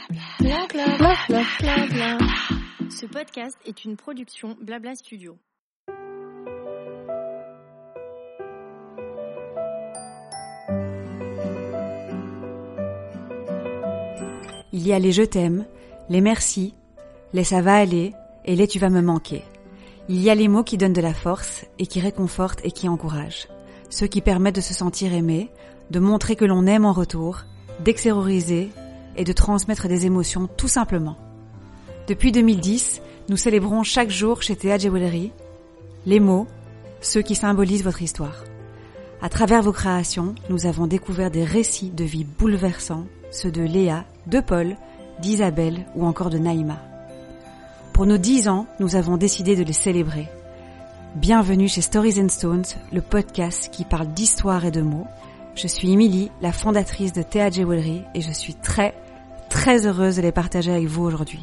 Bla bla bla bla bla bla. Ce podcast est une production Blabla Studio. Il y a les je t'aime, les merci, les ça va aller et les tu vas me manquer. Il y a les mots qui donnent de la force et qui réconfortent et qui encouragent. Ceux qui permettent de se sentir aimé, de montrer que l'on aime en retour, d'extérioriser et de transmettre des émotions tout simplement. Depuis 2010, nous célébrons chaque jour chez Théa Jewelry les mots, ceux qui symbolisent votre histoire. À travers vos créations, nous avons découvert des récits de vie bouleversants, ceux de Léa, de Paul, d'Isabelle ou encore de Naïma. Pour nos 10 ans, nous avons décidé de les célébrer. Bienvenue chez Stories and Stones, le podcast qui parle d'histoire et de mots. Je suis Émilie, la fondatrice de Théa Jewelry et je suis très heureuse de les partager avec vous aujourd'hui.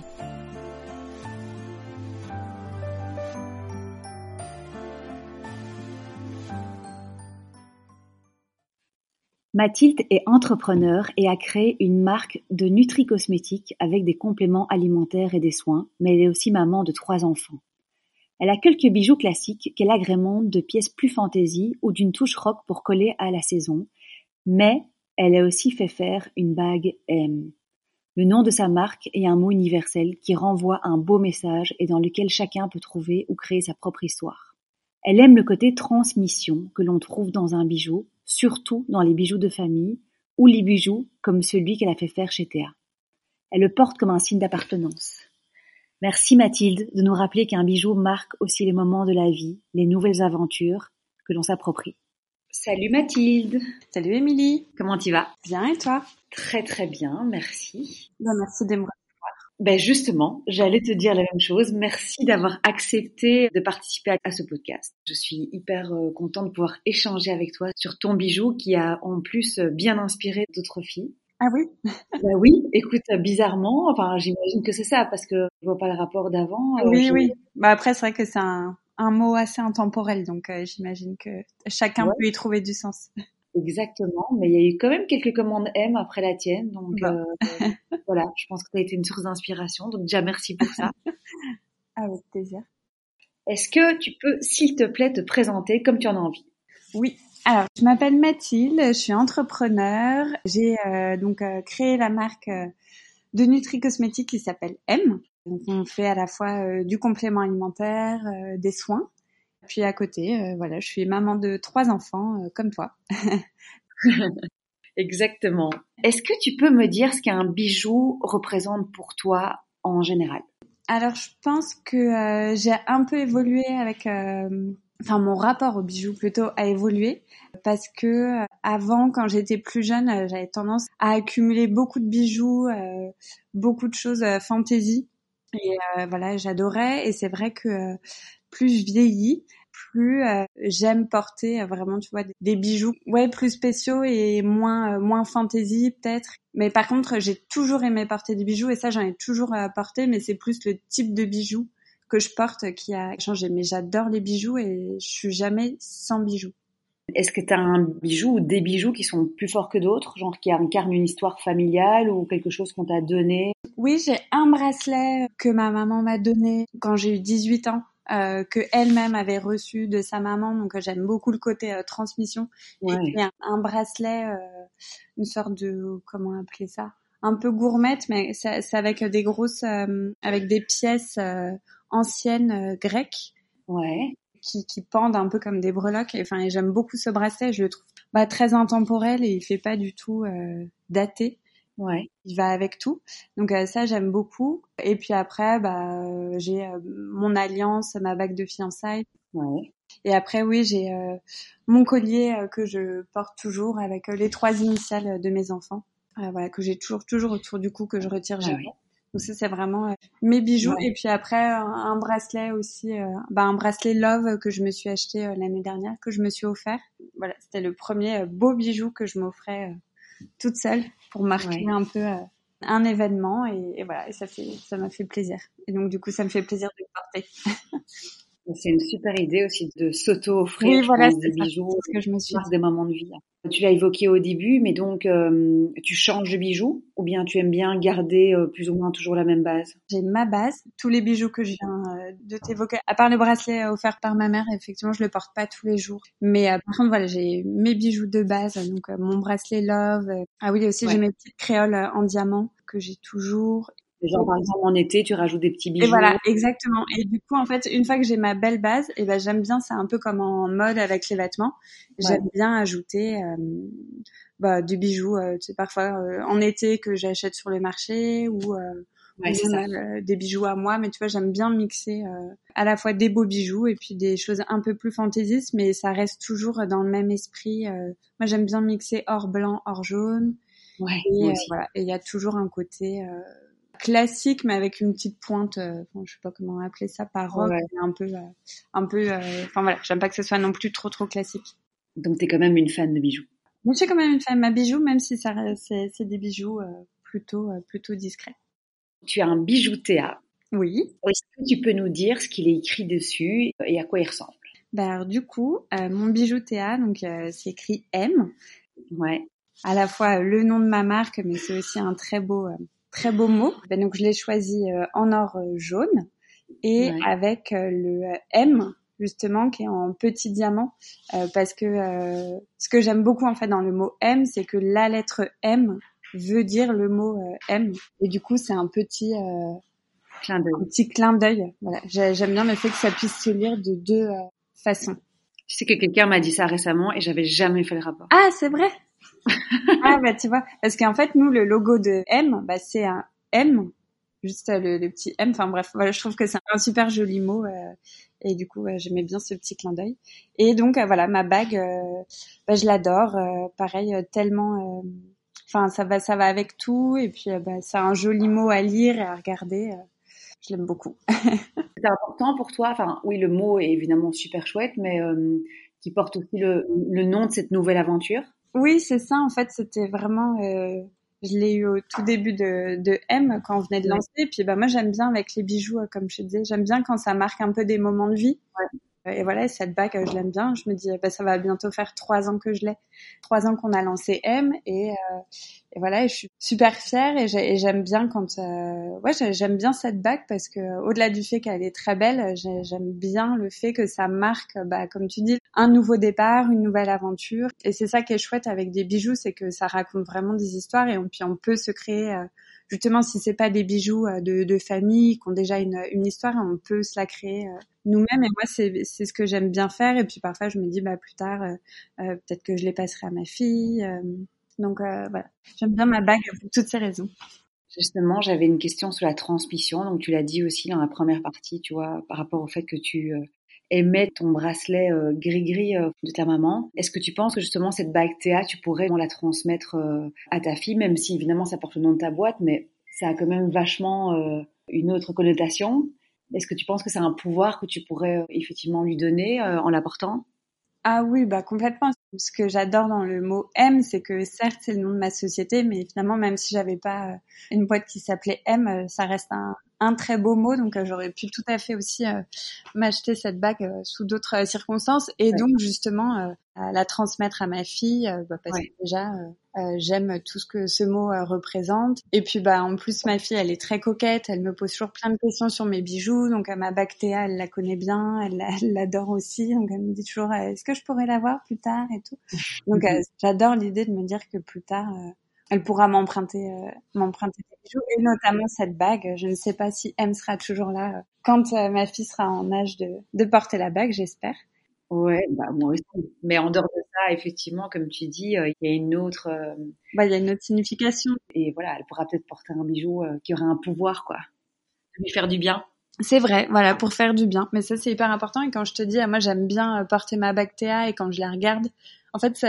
Mathilde est entrepreneure et a créé une marque de nutri-cosmétiques avec des compléments alimentaires et des soins, mais elle est aussi maman de 3 enfants. Elle a quelques bijoux classiques qu'elle agrémente de pièces plus fantaisie ou d'une touche rock pour coller à la saison, mais elle a aussi fait faire une bague M. Le nom de sa marque est un mot universel qui renvoie à un beau message et dans lequel chacun peut trouver ou créer sa propre histoire. Elle aime le côté transmission que l'on trouve dans un bijou, surtout dans les bijoux de famille ou les bijoux comme celui qu'elle a fait faire chez Théa. Elle le porte comme un signe d'appartenance. Merci Mathilde de nous rappeler qu'un bijou marque aussi les moments de la vie, les nouvelles aventures que l'on s'approprie. Salut Mathilde. Salut Émilie. Comment tu vas? Bien et toi? Très bien, merci. Merci de me recevoir. Justement, j'allais te dire la même chose. Merci d'avoir accepté de participer à ce podcast. Je suis hyper contente de pouvoir échanger avec toi sur ton bijou qui a en plus bien inspiré d'autres filles. Ah oui? Oui, écoute, bizarrement, j'imagine que c'est ça parce que je vois pas le rapport d'avant. Oui. Après, c'est vrai que c'est un mot assez intemporel, donc j'imagine que chacun peut y trouver du sens. Exactement, mais il y a eu quand même quelques commandes M après la tienne, donc voilà, je pense que tu as été une source d'inspiration, donc déjà merci pour ça. Avec plaisir. Est-ce que tu peux, s'il te plaît, te présenter comme tu en as envie? Oui, alors je m'appelle Mathilde, je suis entrepreneur, j'ai créé la marque de nutri-cosmétiques qui s'appelle M. Donc on fait à la fois du complément alimentaire, des soins. Puis à côté, je suis maman de 3 enfants comme toi. Exactement. Est-ce que tu peux me dire ce qu'un bijou représente pour toi en général? Alors je pense que j'ai un peu évolué avec... mon rapport au bijou plutôt a évolué parce que avant, quand j'étais plus jeune, j'avais tendance à accumuler beaucoup de bijoux, beaucoup de choses fantaisie. Et j'adorais. Et c'est vrai que plus je vieillis, plus j'aime porter vraiment, tu vois, des bijoux plus spéciaux et moins fantaisie peut-être. Mais par contre, j'ai toujours aimé porter des bijoux et ça, j'en ai toujours porté, mais c'est plus le type de bijoux que je porte qui a changé. Mais j'adore les bijoux et je suis jamais sans bijoux. Est-ce que tu as un bijou ou des bijoux qui sont plus forts que d'autres, genre qui incarnent une histoire familiale ou quelque chose qu'on t'a donné? Oui, j'ai un bracelet que ma maman m'a donné quand j'ai eu 18 ans. Que elle-même avait reçu de sa maman, donc j'aime beaucoup le côté transmission. Ouais. Et puis un bracelet, une sorte de, comment appeler ça, un peu gourmette, mais c'est avec des grosses, avec des pièces anciennes grecques, qui pendent un peu comme des breloques. Et j'aime beaucoup ce bracelet, je le trouve très intemporel et il fait pas du tout daté. Ouais. Il va avec tout. Donc ça, j'aime beaucoup. Et puis après, j'ai mon alliance, ma bague de fiançailles. Ouais. Et après, oui, j'ai mon collier que je porte toujours avec les 3 initiales de mes enfants. Que j'ai toujours autour du cou, que je retire jamais. Ouais. Donc ça, c'est vraiment mes bijoux. Ouais. Et puis après, un bracelet aussi, un bracelet Love que je me suis acheté l'année dernière, que je me suis offert. Voilà, c'était le premier beau bijou que je m'offrais toute seule pour marquer un peu un événement et voilà, et ça m'a fait plaisir. Et donc du coup, ça me fait plaisir de le porter. C'est une super idée aussi de s'auto-offrir, Oui, voilà, des c'est ça. bijoux, C'est ce que je me suis dit. des moments de vie. Tu l'as évoqué au début, mais donc tu changes de bijoux ou bien tu aimes bien garder plus ou moins toujours la même base? J'ai ma base, tous les bijoux que je viens de t'évoquer, à part le bracelet offert par ma mère, effectivement, je le porte pas tous les jours. Mais par contre, voilà, j'ai mes bijoux de base, donc mon bracelet Love. Ah oui, aussi j'ai mes petites créoles en diamant que j'ai toujours. Genre, par exemple, en été, tu rajoutes des petits Et bijoux. voilà, exactement. Et du coup, en fait, une fois que j'ai ma belle base, et ben j'aime bien, c'est un peu comme en mode avec les vêtements. J'aime bien ajouter du bijou, tu sais, parfois en été que j'achète sur le marché ou même, des bijoux à moi. Mais tu vois, j'aime bien mixer à la fois des beaux bijoux et puis des choses un peu plus fantaisistes, mais ça reste toujours dans le même esprit. Moi, j'aime bien mixer or blanc, or jaune. Ouais, Et moi aussi. voilà, et il y a toujours un côté classique, mais avec une petite pointe, je sais pas comment appeler ça, baroque, mais enfin voilà, j'aime pas que ce soit non plus trop classique. Donc t'es quand même une fan de bijoux. Mais je suis quand même une femme à bijoux, même si c'est des bijoux plutôt discrets. Tu as un bijou Théa. Oui. Est-ce que tu peux nous dire ce qu'il est écrit dessus et à quoi il ressemble? Alors du coup, mon bijou Théa, donc c'est écrit M. Ouais. À la fois le nom de ma marque, mais c'est aussi un très beau mot. Donc je l'ai choisi en or jaune et avec le M justement qui est en petit diamant parce que ce que j'aime beaucoup en fait dans le mot M, c'est que la lettre M veut dire le mot M et du coup c'est un petit clin d'œil. Voilà, j'aime bien le fait que ça puisse se lire de deux façons. Tu sais que quelqu'un m'a dit ça récemment et j'avais jamais fait le rapport. Ah, c'est vrai. Ah bah tu vois, parce qu'en fait nous le logo de M, c'est un M, juste le petit M. Enfin bref, voilà, je trouve que c'est un super joli mot et du coup j'aimais bien ce petit clin d'œil. Et donc voilà, ma bague, je l'adore. Pareil, tellement, enfin ça va avec tout et puis c'est un joli mot à lire et à regarder. Je l'aime beaucoup. C'est important pour toi. Enfin oui, le mot est évidemment super chouette, mais qui porte aussi le nom de cette nouvelle aventure. Oui, c'est ça. En fait, c'était vraiment. Je l'ai eu au tout début de M quand on venait de lancer. Et puis, moi, j'aime bien avec les bijoux, comme je te disais, j'aime bien quand ça marque un peu des moments de vie. Et voilà, cette bague, je l'aime bien. Je me dis, ça va bientôt faire 3 ans que je l'ai. 3 ans qu'on a lancé M et voilà, et je suis super fière et j'aime bien quand, j'aime bien cette bague parce que au-delà du fait qu'elle est très belle, j'aime bien le fait que ça marque, comme tu dis, un nouveau départ, une nouvelle aventure. Et c'est ça qui est chouette avec des bijoux, c'est que ça raconte vraiment des histoires et puis on peut se créer. Justement, si c'est pas des bijoux de famille qui ont déjà une histoire, on peut se la créer nous-mêmes. Et moi, c'est ce que j'aime bien faire. Et puis parfois, je me dis, plus tard, peut-être que je les passerai à ma fille. Donc voilà, j'aime bien ma bague pour toutes ces raisons. Justement, j'avais une question sur la transmission. Donc tu l'as dit aussi dans la première partie, tu vois, par rapport au fait que tu aimais ton bracelet gris-gris de ta maman. Est-ce que tu penses que justement cette bague Théa, tu pourrais la transmettre à ta fille, même si évidemment ça porte le nom de ta boîte, mais ça a quand même vachement une autre connotation. Est-ce que tu penses que c'est un pouvoir que tu pourrais effectivement lui donner en l'apportant? Ah oui, complètement. Ce que j'adore dans le mot M, c'est que certes c'est le nom de ma société, mais finalement même si j'avais pas une boîte qui s'appelait M, ça reste un très beau mot. Donc j'aurais pu tout à fait aussi m'acheter cette bague sous d'autres circonstances et donc justement la transmettre à ma fille parce que déjà j'aime tout ce que ce mot représente. Et puis en plus ma fille elle est très coquette, elle me pose toujours plein de questions sur mes bijoux. Donc ma bague Théa elle la connaît bien, elle l'adore aussi. Donc elle me dit toujours est-ce que je pourrais l'avoir plus tard et tout. Donc j'adore l'idée de me dire que plus tard elle pourra m'emprunter des bijoux et notamment cette bague. Je ne sais pas si M sera toujours là quand ma fille sera en âge de porter la bague, j'espère. Ouais, moi aussi. Mais en dehors de ça, effectivement, comme tu dis, il y a une autre. Il y a une autre signification. Et voilà, elle pourra peut-être porter un bijou qui aurait un pouvoir, quoi, de lui faire du bien. C'est vrai, voilà, pour faire du bien. Mais ça, c'est hyper important. Et quand je te dis, moi, j'aime bien porter ma bague Théa et quand je la regarde, en fait,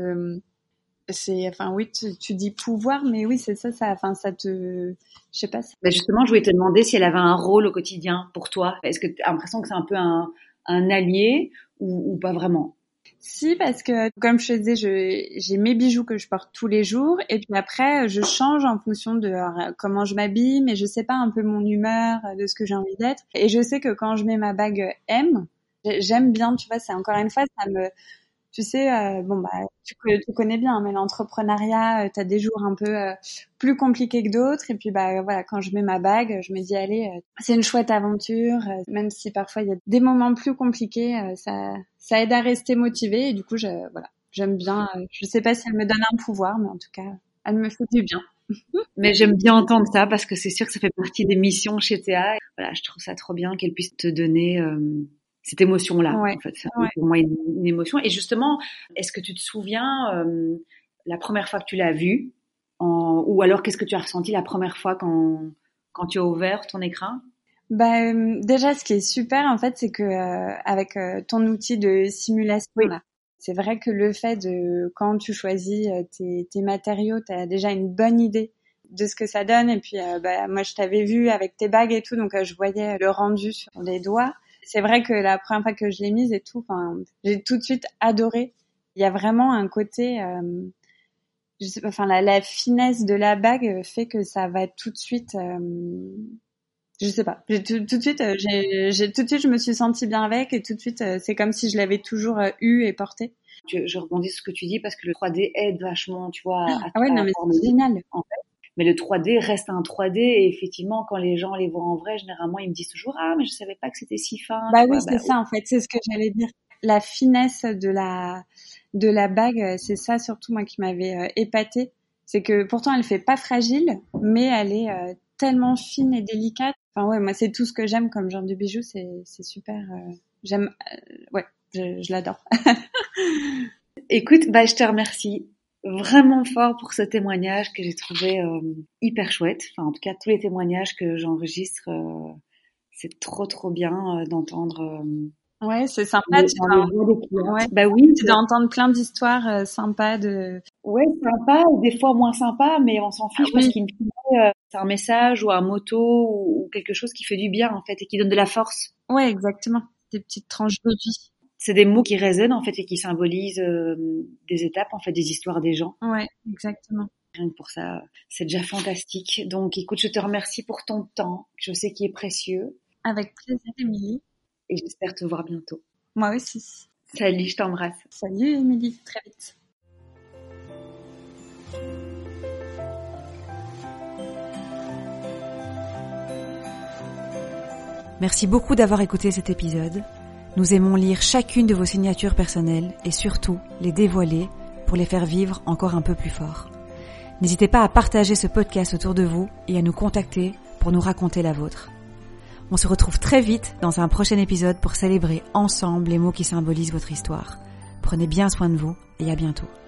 tu dis pouvoir, mais oui, c'est ça, je sais pas. Justement, je voulais te demander si elle avait un rôle au quotidien pour toi. Est-ce que tu as l'impression que c'est un peu un allié ou pas vraiment? Si, parce que comme je te disais, j'ai mes bijoux que je porte tous les jours et puis après je change en fonction de comment je m'habille, mais je sais pas un peu mon humeur, de ce que j'ai envie d'être. Et je sais que quand je mets ma bague M, J'aime bien, tu vois, c'est encore une fois, ça me... Tu sais, tu connais bien, mais l'entrepreneuriat, t'as des jours un peu plus compliqués que d'autres. Et puis, voilà, quand je mets ma bague, je me dis, allez, c'est une chouette aventure. Même si parfois il y a des moments plus compliqués, ça aide à rester motivée. Et du coup, j'aime bien. Je sais pas si elle me donne un pouvoir, mais en tout cas, elle me fait du bien. Mais j'aime bien entendre ça parce que c'est sûr que ça fait partie des missions chez Théa. Voilà, je trouve ça trop bien qu'elle puisse te donner cette émotion-là. Ouais, en fait, c'est pour moi une émotion. Et justement, est-ce que tu te souviens la première fois que tu l'as vue, ou alors qu'est-ce que tu as ressenti la première fois quand tu as ouvert ton écran? Déjà, ce qui est super, en fait, c'est que avec ton outil de simulation, là, c'est vrai que le fait de, quand tu choisis tes matériaux, tu as déjà une bonne idée de ce que ça donne. Et puis, moi, je t'avais vu avec tes bagues et tout, donc je voyais le rendu sur les doigts. C'est vrai que la première fois que je l'ai mise et tout, j'ai tout de suite adoré. Il y a vraiment un côté, je sais pas, la finesse de la bague fait que ça va tout de suite. Je sais pas. Tout de suite, je me suis sentie bien avec et tout de suite, c'est comme si je l'avais toujours eu et porté. Je rebondis sur ce que tu dis parce que le 3D aide vachement, tu vois. Non, mais c'est génial. En fait. Mais le 3D reste un 3D et effectivement, quand les gens les voient en vrai, généralement, ils me disent toujours, ah, mais je savais pas que c'était si fin. C'est ça, en fait. C'est ce que j'allais dire. La finesse de la bague, c'est ça surtout, moi, qui m'avait épatée. C'est que pourtant, elle fait pas fragile, mais elle est tellement fine et délicate. Moi, c'est tout ce que j'aime comme genre de bijou. C'est super. J'aime. Je l'adore. Écoute, je te remercie vraiment fort pour ce témoignage que j'ai trouvé hyper chouette. Enfin, en tout cas, tous les témoignages que j'enregistre, c'est trop bien d'entendre. Ouais, c'est sympa. C'est d'entendre plein d'histoires sympas de. Ouais, sympa, des fois moins sympa, mais on s'en fiche parce qu'il me fait c'est un message ou un motto ou quelque chose qui fait du bien en fait et qui donne de la force. Ouais, exactement. Des petites tranches de vie. C'est des mots qui résonnent en fait et qui symbolisent des étapes en fait, des histoires des gens. Ouais, exactement. Rien que pour ça, c'est déjà fantastique. Donc, écoute, je te remercie pour ton temps, je sais qu'il est précieux. Avec plaisir, Émilie. Et j'espère te voir bientôt. Moi aussi. Salut, je t'embrasse. Salut, Émilie, très vite. Merci beaucoup d'avoir écouté cet épisode. Nous aimons lire chacune de vos signatures personnelles et surtout les dévoiler pour les faire vivre encore un peu plus fort. N'hésitez pas à partager ce podcast autour de vous et à nous contacter pour nous raconter la vôtre. On se retrouve très vite dans un prochain épisode pour célébrer ensemble les mots qui symbolisent votre histoire. Prenez bien soin de vous et à bientôt.